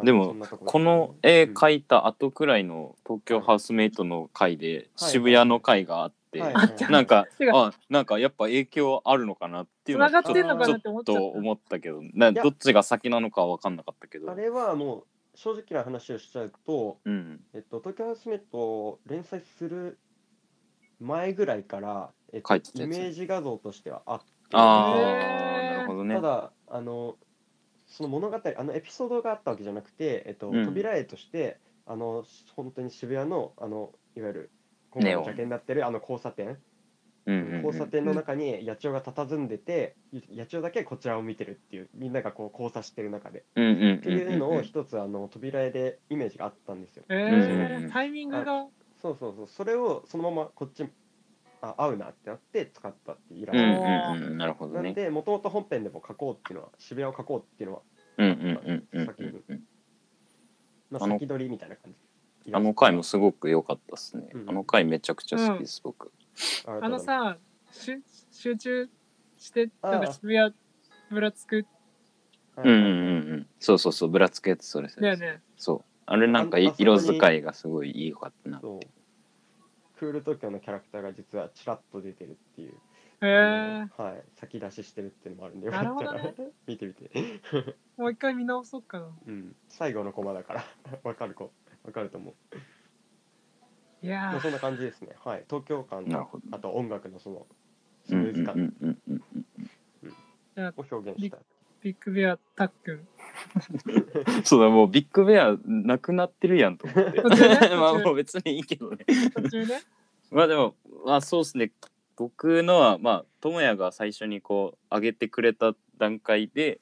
でもこの絵描いた後くらいの東京ハウスメイトの回で渋谷の回があって、なんかやっぱ影響あるのかなっていうのはちょっと思ったけど、どっちが先なのかは分かんなかったけど、 あれはもう正直な話をしちゃうと、東京ハウスメイトを連載する前ぐらいから、イメージ画像としてはあって、 なるほどね。 ただその物語、エピソードがあったわけじゃなくて、扉絵として本当に渋谷のいわゆる今回のジャケになってる交差点、交差点の中に野鳥が佇んでて、野鳥だけこちらを見てるっていう、みんながこう交差してる中でっていうのを一つ扉絵でイメージがあったんですよ。 タイミングがそうそれをそのままこっち合うなってなって使ったっていうイラスト。なるほどね。 なんでもともと本編でも描こうっていうのは、渋谷を描こうっていうのは先に先取りみたいな感じ。 あの回もすごく良かったですね。あの回めちゃくちゃ好きです、僕。 さ、集中してなんか渋谷ぶらつく。 そうぶらつくやつ、それだよね。 そう、あれなんか色使いがすごい良かったな。 クール東京のキャラクターが実はチラッと出てるっていう、先出ししてるっていうのもあるんで、よかったら見てみて。 もう一回見直そうかな。 最後のコマだからわかると思う。 いやそんな感じですね。東京感と、あと音楽のそのスムーズ感を表現した。 ビッグベアたっくん。 そうだ、もうビッグベアなくなってるやんと思って。まあもう別にいいけどね。まあでもそうですね。僕のは智也が最初にこう上げてくれた段階で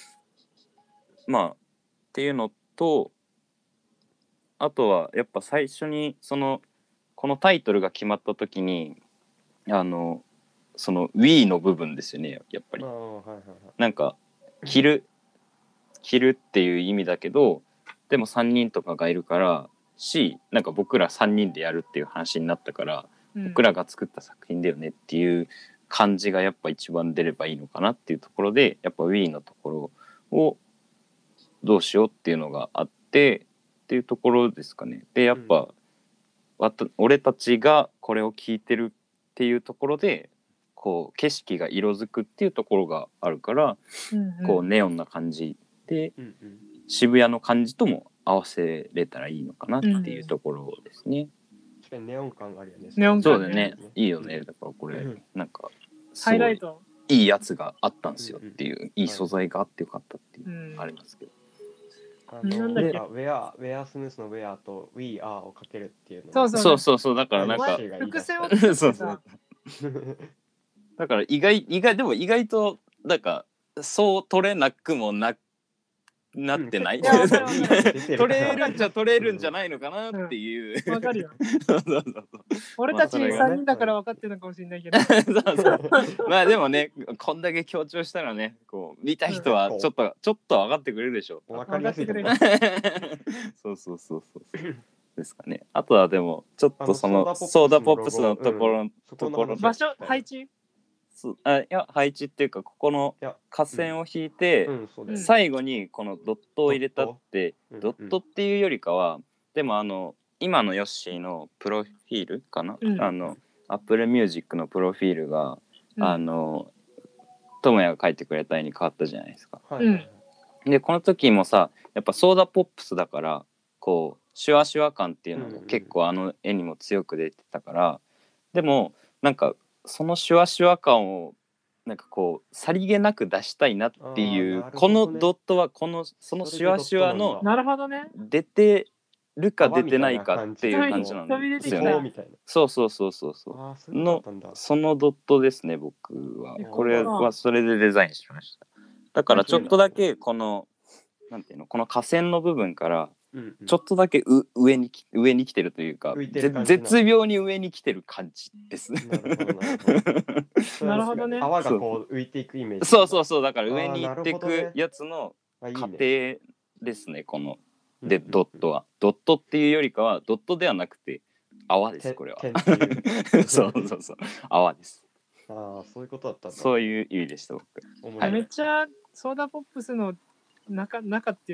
っていうのと、あとはやっぱ最初にこのタイトルが決まった時にその We の部分ですよね、やっぱり。なんか着るっていう意味だけど、でも3人とかがいるからなんか僕ら3人でやるっていう話になったから、僕らが作った作品だよねっていう感じがやっぱ一番出ればいいのかなっていうところで、やっぱ We のところをどうしようっていうのがあってっていうところですかね。でやっぱ、俺たちがこれを聞いてるっていうところでこう景色が色づくっていうところがあるから、こうネオンな感じで、渋谷の感じとも合わせれたらいいのかなっていうところですね。 確かにネオン感あるよね。 そうだね、いいよね。だからこれなんかハイライトいいやつがあったんですよっていう、いい素材があってよかったっていうありますけど。 ウェアスヌースのウェアと We are をかけるっていうの。そうだからなんか伏線をそうだから意外となんかそう取れなくもなってない。取れるんじゃ取れるんじゃないのかなっていう。 わかるよ。俺たち3人だから分かってるのかもしれないけど。 まあでもね、こんだけ強調したらね、こう見た人はちょっと分かってくれるでしょ。 分かりやすいと思う。 そうですかね。あとはでもちょっとそのソーダポップスのところ場所配置。 いや配置っていうか、ここの下線を引いて最後にこのドットを入れたって、ドットっていうよりかはでも今のヨッシーのプロフィールかな、Apple Music のプロフィールが智也が書いてくれた絵に変わったじゃないですか。でこの時もさ、やっぱソーダポップスだからこうシュワシュワ感っていうのも結構絵にも強く出てたから、でもなんかそのシュワシュワ感をなんかこうさりげなく出したいなっていう、このドットはそのシュワシュワの出てるか出てないかっていう感じなんですよね。そうのそのドットですね、僕は。これはそれでデザインしました。だからちょっとだけこのなんていうの、この下線の部分からちょっとだけ上に来てるというか、絶妙に上に来てる感じです。 なるほどね。 泡がこう浮いていくイメージ。 そうだから上に行っていくやつの過程ですね、このでドットは。ドットっていうよりかはドットではなくて泡です、これは。そう泡です。 そういうことだったんだ。 そういう意味でした、僕。 めっちゃソーダポップスの中っていうか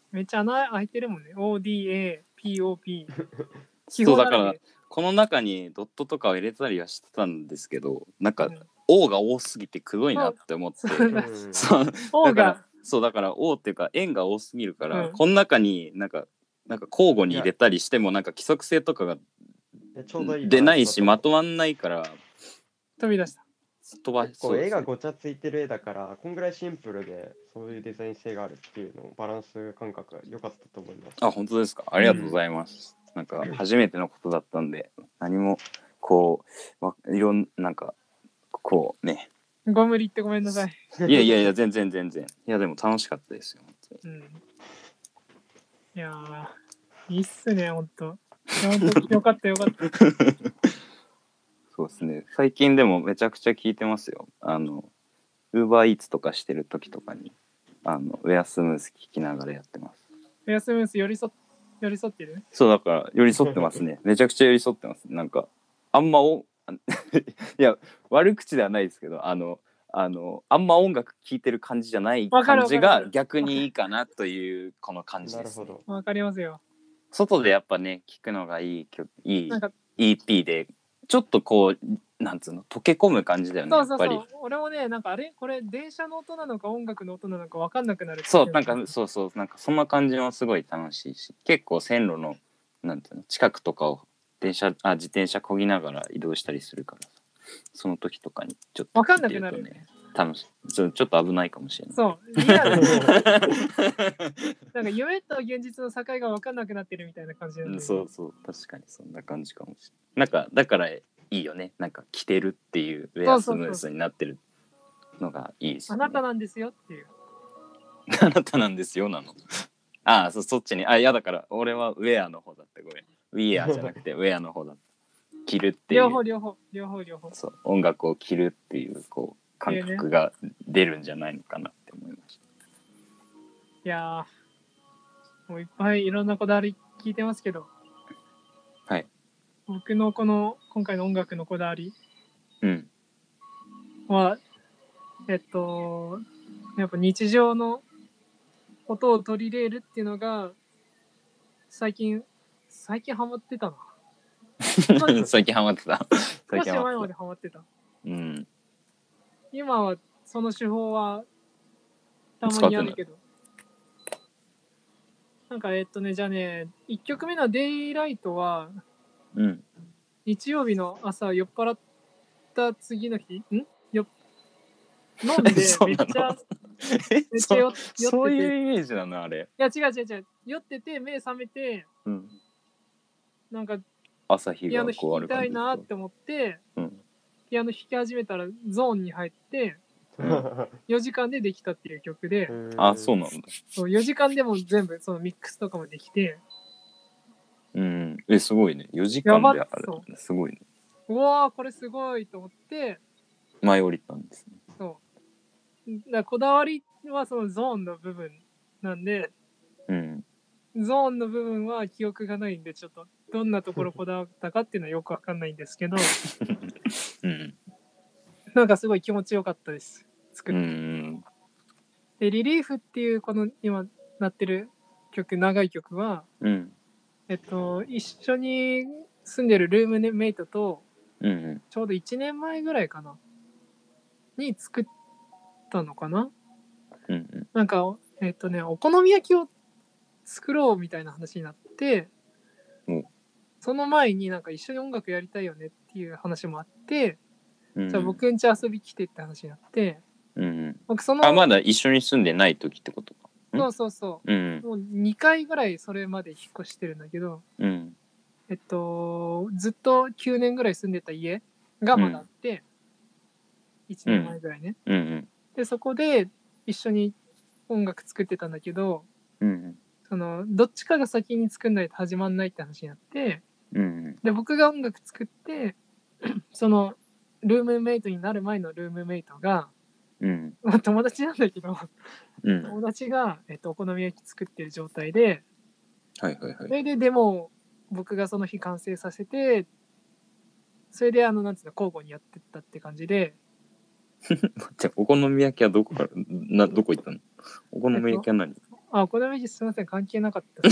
めっちゃ穴開いてるもんね。ODA、POP。 そうだからこの中にドットとかを入れたりはしてたんですけど、なんか O が多すぎてくどいなって思って、そうだからだから O っていうか円が多すぎるから、この中になんか交互に入れたりしてもなんか規則性とかが出ないしまとまんないから飛び出した。 結構絵がごちゃついてる絵だからこんぐらいシンプルでそういうデザイン性があるっていうのバランス感覚が良かったと思います。 あ、本当ですか。ありがとうございます。なんか初めてのことだったんで何もこういろんなんかこうね。 ご無理言ってごめんなさい。 いや全然いやでも楽しかったですよ。 いやいいっすね本当。よかった。 そうですね。最近でもめちゃくちゃ聞いてますよ。UberEats とかしてる時とかにウェアスムース聞きながらやってます。 ウェアスムース寄り添ってる？ そうだから寄り添ってますね。めちゃくちゃ寄り添ってます。なんかあんまいや悪口ではないですけどあんま音楽聴いてる感じじゃない感じが逆にいいかなというこの感じです、ね。 わかりますよ。 外でやっぱね聴くのがいい EP でちょっとこうなんつうの溶け込む感じだよね。やっぱり俺もねなんかこれ電車の音なのか音楽の音なのか分かんなくなる。 そうなんかなんかそんな感じもすごい楽しいし結構線路のなんていうの近くとかを自転車こぎながら移動したりするからその時とかにちょっと、 分かんなくなるね。 楽しい。ちょっと危ないかもしれない。 そうリアルなんか夢と現実の境が分かんなくなってるみたいな感じなんで、 そう確かにそんな感じかもしれない。なんかだからいいよね。なんか着てるっていうウェアスムースになってるのがいいですよね。 あなたなんですよっていうあなたなんですよなの。ああそっちにいやだから俺はウェアの方だってごめん。ウィアじゃなくてウェアの方だった。着るっていう両方そう音楽を着るっていうこう感覚が出るんじゃないのかなって思いました。 いやもういっぱいいろんなこだわり聞いてますけど、 はい。 僕の今回の音楽のこだわりは、やっぱ日常の音を取り入れるっていうのが最近ハマってたな。 最近ハマってた。 少し前までハマってた。今はその手法はたまにやるけど。なんかじゃあね、1曲目のデイライトは、日曜日の朝酔っ払った次の日飲んでめっちゃ酔っててそういうイメージなのあれ。 いや違う酔ってて目覚めて、なんか朝日ピアノ弾きたいなって思って、ピアノ弾き始めたらゾーンに入って4時間でできたっていう曲で、 そうなんだ。 そう4時間でも全部そのミックスとかもできて、 すごいね。4時間である。すごいね。 うわーこれすごいと思って前降りたんですね。 そうだからこだわりはそのゾーンの部分なんで、ゾーンの部分は記憶がないんでちょっとどんなところこだわったかっていうのはよくわかんないんですけどなんかすごい気持ちよかったです作って。でリリーフっていうこの今なってる曲長い曲は、一緒に住んでるルームメイトと、ちょうど1年前ぐらいかなに作ったのかな、なんかお好み焼きを作ろうみたいな話になって、その前になんか一緒に音楽やりたいよねっていう話もあって、じゃあ僕ん家遊び来てって話になって、僕まだ一緒に住んでない時ってことか。 そう、もう2回ぐらいそれまで引っ越してるんだけど、ずっと9年ぐらい住んでた家がまだあって、1年前ぐらいね、でそこで一緒に音楽作ってたんだけど、どっちかが先に作んないと始まんないって話になって、で僕が音楽作ってそのルームメイトになる前のルームメイトが、友達なんだけど、友達が、お好み焼き作ってる状態で、それでデモを僕がその日完成させて、それでなんつうの交互にやってったって感じで。 じゃあお好み焼きはどこ行ったの？お好み焼きは何？ お好み焼きすみません、関係なかったです。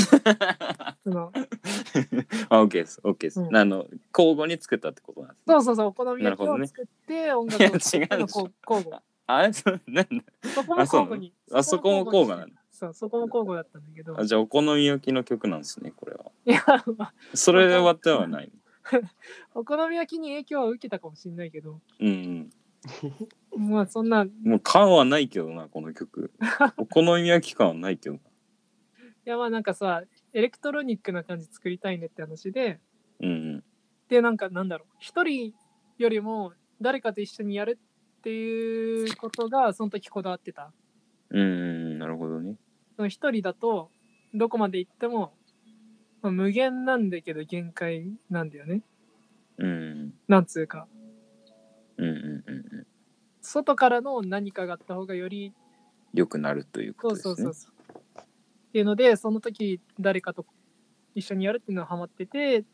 OK です、OK です。交互に作ったってことなんですね。 そう、お好み焼きを作って音楽を作っての交互。 なんだ。 そこも交互に。 そこも交互なんだ。 そこも交互だったんだけど。 じゃあお好み焼きの曲なんですね、これは。 いや、 それで終わってはない。 お好み焼きに影響は受けたかもしれないけど。 まあそんな。 もう感はないけどな、この曲。お好み焼き感はないけどな。 いやなんかさ、エレクトロニックな感じ作りたいねって話で。で、なんだろう。一人よりも誰かと一緒にやるっていうことがその時こだわってた。 なるほどね。 一人だとどこまで行っても、無限なんだけど限界なんだよね。なんつうか。外からの何かがあった方がより良くなるということですね。 そうっていうので、その時誰かと一緒にやるっていうのはハマってて、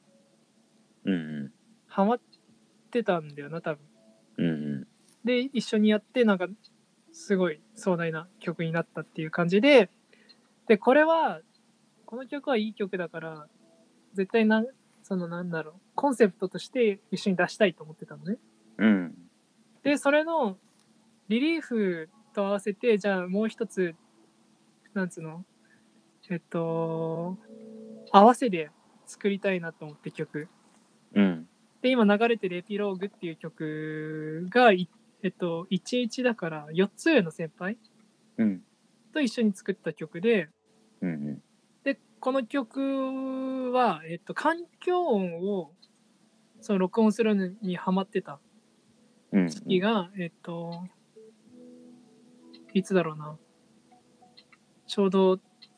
ハマってたんだよな多分。で一緒にやってなんかすごい壮大な曲になったっていう感じで、この曲はいい曲だから絶対なんだろう、コンセプトとして一緒に出したいと思ってたのね。でそれのリリーフと合わせて、じゃあもう一つなんつうの合わせで作りたいなと思って曲。で今流れてるエピローグっていう曲が11だから4つ上の先輩、と一緒に作った曲で、でこの曲は環境音を録音するのにハマってた時期がいつだろうな、ちょうど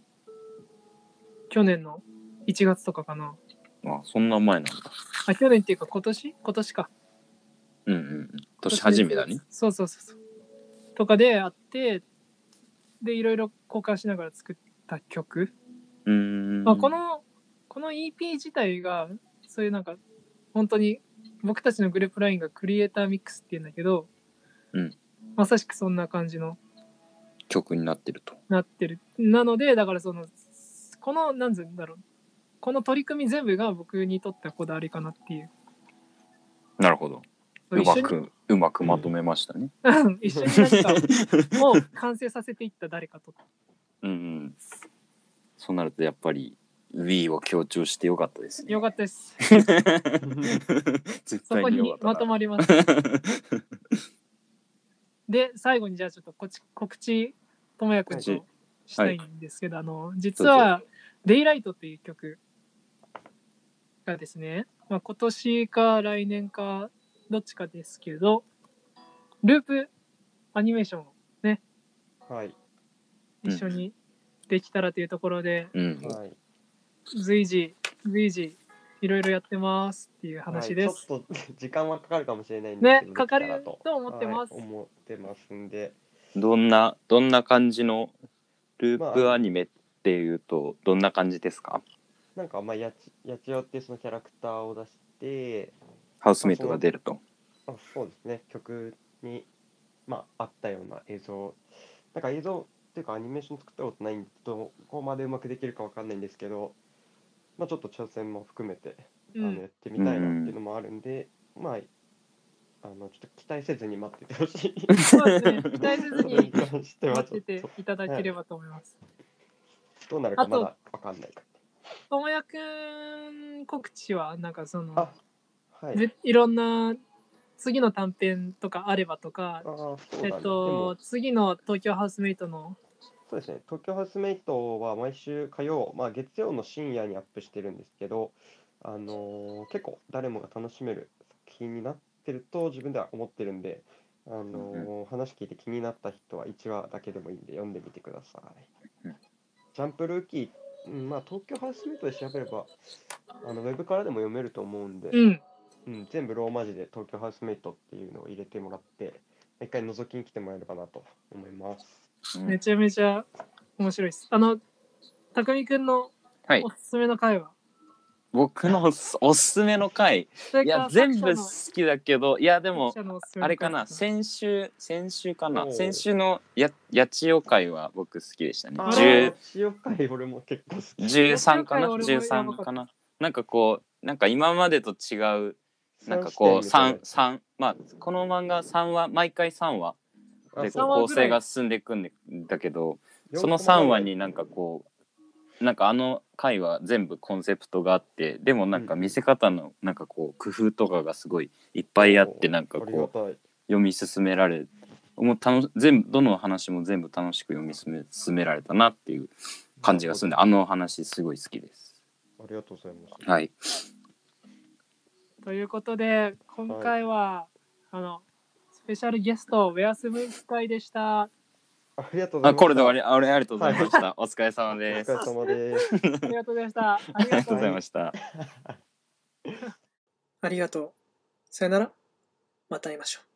去年の1月とかかな。 そんな前なんだ。 去年っていうか今年か。 年始めだね。 そうとかであって、でいろいろ交換しながら作った曲。この EP 自体がそういうなんか本当に僕たちのグループラインがクリエイターミックスっていうんだけど、まさしくそんな感じの曲になってると。 なので、だからこのなんていうんだろう、この取り組み全部が僕にとってはこだわりかなっていう。 なるほど。うまくまとめましたね。 一緒に何かを完成させていった誰かと。 そうなるとやっぱり Wii を強調してよかったですね。 よかったです。 絶対によかったな。 そこにまとまります。で最後にじゃあちょっと告知ともやくんとしたいんですけど、実はデイライトっていう曲がですね、今年か来年かどっちかですけど、ループアニメーションをね、一緒にできたらというところで、随時いろいろやってますっていう話です。 ちょっと時間はかかるかもしれないんですけど、 かかると思ってます。 思ってますんで。 どんな感じのループアニメっていうとどんな感じですか？ なんかやちよってそのキャラクターを出してハウスメイトが出ると。 そうですね、曲にあったような映像、なんか映像っていうかアニメーション作ったことないんでどこまでうまくできるかわかんないんですけど、ちょっと挑戦も含めてやってみたいなっていうのもあるんで、ちょっと期待せずに待っててほしい。 そうですね、期待せずに待ってていただければと思います。 どうなるかまだわかんないか。 ともやくん告知はなんかいろんな次の短編とかあればとか、次の東京ハウスメイトの。 そうですね、東京ハウスメイトは毎週火曜、月曜の深夜にアップしてるんですけど、結構誰もが楽しめる作品になってると自分では思ってるんで、話聞いて気になった人は1話だけでもいいんで読んでみてください。ジャンプルーキー、東京ハウスメイトで調べればウェブからでも読めると思うんで、全部ローマ字で東京ハウスメイトっていうのを入れてもらって一回覗きに来てもらえればなと思います。 めちゃめちゃ面白いです。たくみくんのおすすめの回は僕のおすすめの回、いや全部好きだけど、いやでもあれかな、先週かな、先週の八千代回は僕好きでしたね。 八千代回俺も結構好き。 13かな、13かな。なんかこう、なんか今までと違う、なんかこう3まあこの漫画3話毎回3話で構成が進んでいくんだけど、その3話になんかこうなんかあの回は全部コンセプトがあって、でもなんか見せ方のなんかこう工夫とかがすごいいっぱいあって、なんかこう読み進められ、もう全部どの話も全部楽しく読み進められたなっていう感じがするんで、あの話すごい好きです。 ありがとうございます。 はい。 ということで今回は、スペシャルゲストウェアスムース会でした。 ありがとうございました。 これで終わり、ありがとうございました。お疲れ様です。 お疲れ様です。 ありがとうございました。 ありがとうございました。 ありがとう。さよなら。また会いましょう。